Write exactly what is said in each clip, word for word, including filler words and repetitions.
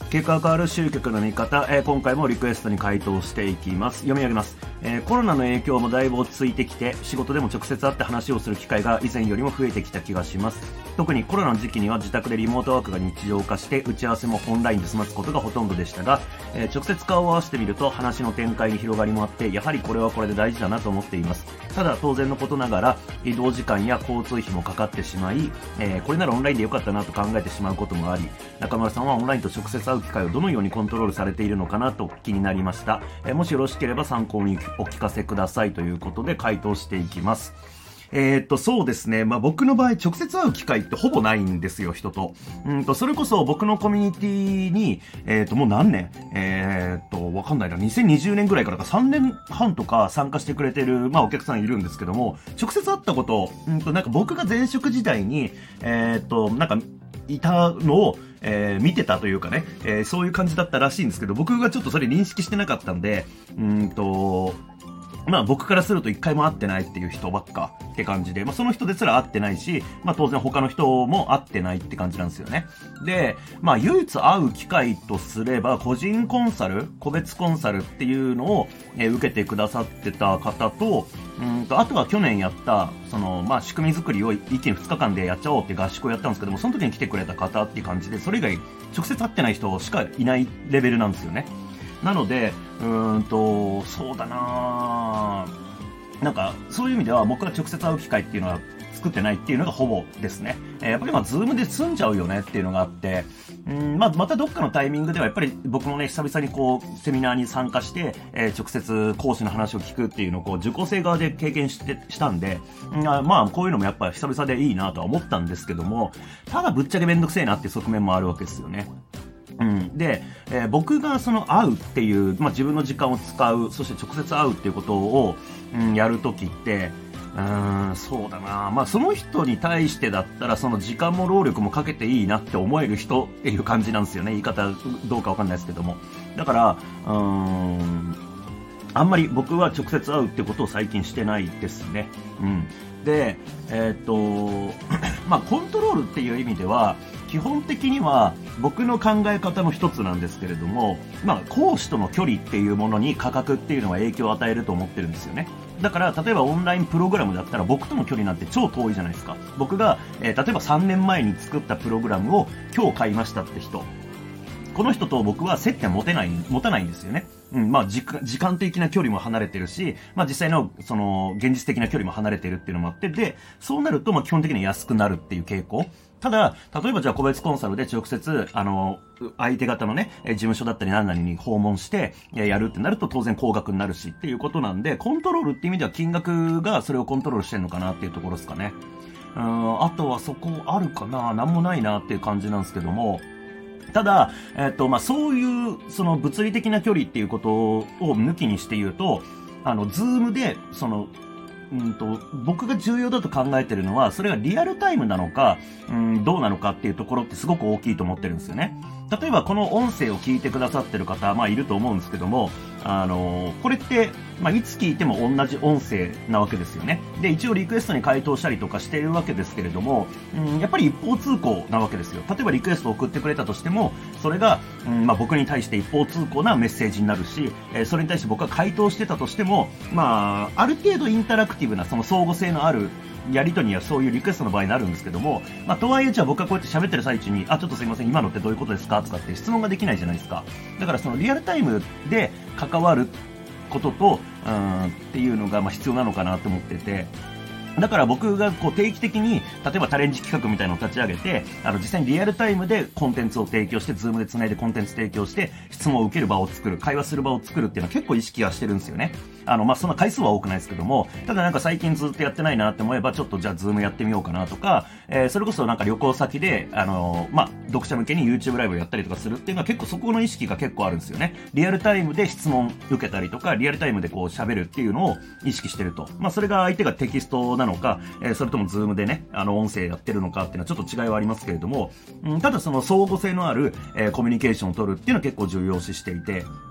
結果が変わる集客の見方、えー、今回もリクエストに回答していきます。読み上げます。えー、コロナの影響もだいぶ落ち着いてきて、仕事でも直接会って話をする機会が以前よりも増えてきた気がします。特にコロナの時期には自宅でリモートワークが日常化して、打ち合わせもオンラインで済ますことがほとんどでしたが、えー、直接顔を合わせてみると話の展開に広がりもあって、やはりこれはこれで大事だなと思っています。ただ当然のことながら、移動時間や交通費もかかってしまい、えー、これならオンラインでよかったなと考えてしまうこともあり、中村さんはオンラインと直接会う機会をどのようにコントロールされているのかなと気になりました。えー、もしよろしければ参考にお聞かせくださいということで回答していきます。えーっと、そうですね。まあ、僕の場合、直接会う機会ってほぼないんですよ、人と。うんと、それこそ僕のコミュニティに、えーっと、もう何年えーっと、わかんないな。にせんにじゅうねんぐらいからかさんねんはんとか参加してくれてる、まあ、お客さんいるんですけども、直接会ったこと、うんと、なんか僕が前職時代に、えーっと、なんか、いたのを、えー、見てたというかね、えー、そういう感じだったらしいんですけど、僕がちょっとそれ認識してなかったんで、うんと、まあ僕からすると一回も会ってないっていう人ばっかって感じで、まあその人ですら会ってないし、まあ当然他の人も会ってないって感じなんですよね。で、まあ唯一会う機会とすれば、個人コンサル、個別コンサルっていうのを、えー、受けてくださってた方と、うんと、あとは去年やった、その、まあ仕組み作りを一気にふつかかんでやっちゃおうって合宿をやったんですけども、その時に来てくれた方っていう感じで、それ以外直接会ってない人しかいないレベルなんですよね。なので、うーんと、そうだなぁ。なんか、そういう意味では僕が直接会う機会っていうのは作ってないっていうのがほぼですね。えー、やっぱりまあ、ズームで済んじゃうよねっていうのがあって、うん、まあ、またどっかのタイミングではやっぱり僕もね、久々にこう、セミナーに参加して、えー、直接講師の話を聞くっていうのをこう、受講生側で経験して、したんで、うん、まあ、こういうのもやっぱり久々でいいなとは思ったんですけども、ただぶっちゃけめんどくせえなっていう側面もあるわけですよね。うん、で、えー、僕がその会うっていう、まあ、自分の時間を使う、そして直接会うっていうことを、うん、やるときって、うーん、そうだな。まあ、その人に対してだったら、その時間も労力もかけていいなって思える人っていう感じなんですよね。言い方どうかわかんないですけども。だから、うーん、あんまり僕は直接会うってことを最近してないですね。うん。で、えー、っと、まあ、コントロールっていう意味では、基本的には僕の考え方の一つなんですけれども、まあ、講師との距離っていうものに価格っていうのは影響を与えると思ってるんですよね。だから、例えばオンラインプログラムだったら僕との距離なんて超遠いじゃないですか。僕が、えー、例えばさんねんまえに作ったプログラムを今日買いましたって人。この人と僕は接点持てない、持たないんですよね。うん、まあ時間、時間的な距離も離れてるし、まあ実際の、その、現実的な距離も離れてるっていうのもあって、で、そうなると、まあ基本的に安くなるっていう傾向。ただ、例えばじゃあ個別コンサルで直接、あの、相手方のね、事務所だったり何々に訪問して、やるってなると当然高額になるしっていうことなんで、コントロールっていう意味では金額がそれをコントロールしてんのかなっていうところですかね。うん、あとはそこあるかな、なんもないなっていう感じなんですけども、ただ、えっと、まあ、そういう、その物理的な距離っていうことを抜きにして言うと、あの、ズームで、その、うんと、僕が重要だと考えてるのは、それがリアルタイムなのか、うん、どうなのかっていうところってすごく大きいと思ってるんですよね。例えばこの音声を聞いてくださってる方、まあいると思うんですけども、あのー、これって、まあいつ聞いても同じ音声なわけですよね。で、一応リクエストに回答したりとかしているわけですけれども、うん、やっぱり一方通行なわけですよ。例えばリクエストを送ってくれたとしても、それが、うん、まあ僕に対して一方通行なメッセージになるし、えー、それに対して僕が回答してたとしても、まあ、ある程度インタラクティブな、その相互性のあるやりとりにはそういうリクエストの場合になるんですけども、まあ、とはいえじゃあ僕がこうやって喋ってる最中に、あ、ちょっとすいません、今のってどういうことですかとかって質問ができないじゃないですか。だからそのリアルタイムで関わることと、うーん、っていうのがまあ必要なのかなと思ってて、だから僕がこう定期的に、例えばチャレンジ企画みたいなのを立ち上げて、あの実際にリアルタイムでコンテンツを提供して、ズームで繋いでコンテンツ提供して、質問を受ける場を作る、会話する場を作るっていうのは結構意識はしてるんですよね。あの、まあ、そんな回数は多くないですけども、ただなんか最近ずっとやってないなって思えば、ちょっとじゃあズームやってみようかなとか、えー、それこそなんか旅行先で、あのー、まあ、読者向けに YouTube ライブをやったりとかするっていうのは結構そこの意識が結構あるんですよね。リアルタイムで質問受けたりとか、リアルタイムでこう喋るっていうのを意識してると。まあ、それが相手がテキストなのか、えー、それともズームでね、あの、音声やってるのかっていうのはちょっと違いはありますけれども、うん、ただその相互性のある、えー、コミュニケーションを取るっていうのは結構重要視していて、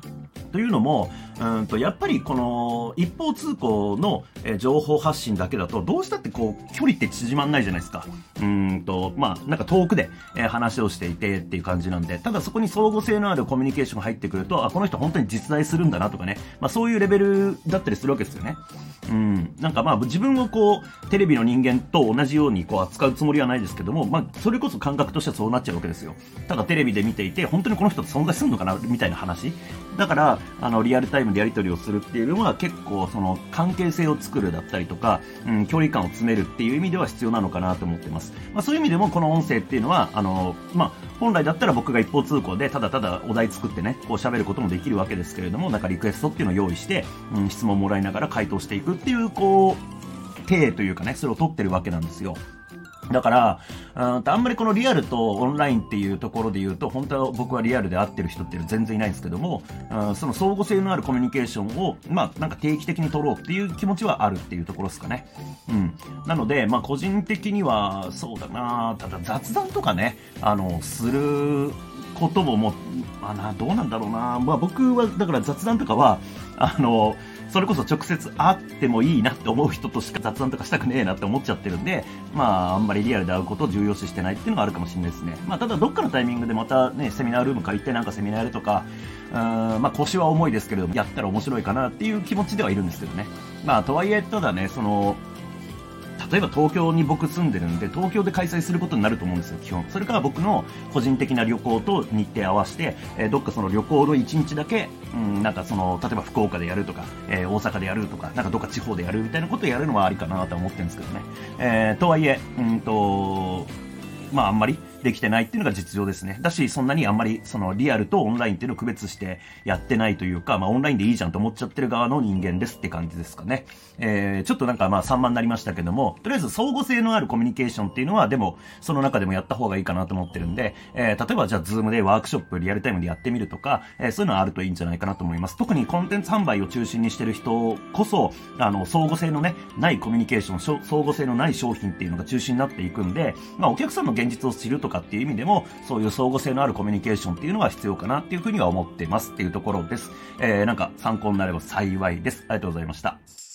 というのも、うんと、やっぱりこの一方通行のえー情報発信だけだと、どうしたってこう、距離って縮まんないじゃないですか。うんと、まあ、なんか遠くで、えー話をしていてっていう感じなんで、ただそこに相互性のあるコミュニケーションが入ってくると、あ、この人本当に実在するんだなとかね、まあそういうレベルだったりするわけですよね。うん。なんかまあ自分をこう、テレビの人間と同じようにこう扱うつもりはないですけども、まあそれこそ感覚としてはそうなっちゃうわけですよ。ただテレビで見ていて、本当にこの人って存在するのかなみたいな話。だから、あの、リアルタイムでやり取りをするっていうのは結構その関係性を作るだったりとか、うん、距離感を詰めるっていう意味では必要なのかなと思ってます。まあそういう意味でもこの音声っていうのは、あの、まあ本来だったら僕が一方通行でただただお題作ってね、こう喋ることもできるわけですけれども、なんかリクエストっていうのを用意して、うん、質問をもらいながら回答していくっていう、こう、体というかね、それを取ってるわけなんですよ。だから、うんとあんまりこのリアルとオンラインっていうところで言うと、本当は僕はリアルで会ってる人っていうのは全然いないんですけども、うん、その相互性のあるコミュニケーションを、まあなんか定期的に取ろうっていう気持ちはあるっていうところですかね。うん。なので、まあ個人的には、そうだな、ただ雑談とかね、あの、することももう、あな、どうなんだろうな。まあ僕は、だから雑談とかは、あの、それこそ直接会ってもいいなって思う人としか雑談とかしたくねえなって思っちゃってるんで、まあ、あんまりリアルで会うことを重要視してないっていうのがあるかもしれないですね。まあ、ただどっかのタイミングでまたね、セミナールーム借りてなんかセミナーやるとか、うーん、まあ腰は重いですけれども、やったら面白いかなっていう気持ちではいるんですけどね。まあ、とはいえ、ただね、その、例えば東京に僕住んでるんで、東京で開催することになると思うんですよ、基本。それから僕の個人的な旅行と日程合わせて、えー、どっかその旅行のいちにちだけ、うん、なんかその、例えば福岡でやるとか、えー、大阪でやるとか、なんかどっか地方でやるみたいなことをやるのはありかなと思ってるんですけどね。えー、とはいえ、うんと、まああんまりできてないっていうのが実情ですね。だし、そんなにあんまりそのリアルとオンラインっていうのを区別してやってないというか、まあオンラインでいいじゃんと思っちゃってる側の人間ですって感じですかね。えー、ちょっとなんかまあ散漫になりましたけども、とりあえず相互性のあるコミュニケーションっていうのは、でもその中でもやった方がいいかなと思ってるんで、えー、例えばじゃあズームでワークショップリアルタイムでやってみるとか、えー、そういうのはあるといいんじゃないかなと思います。特にコンテンツ販売を中心にしてる人こそ、あの、相互性のね、ないコミュニケーション、相互性のない商品っていうのが中心になっていくんで、まあお客さんの現実を知るとかっていう意味でも、そういう相互性のあるコミュニケーションっていうのが必要かなっていうふうには思ってますっていうところです。えー、なんか参考になれば幸いです。ありがとうございました。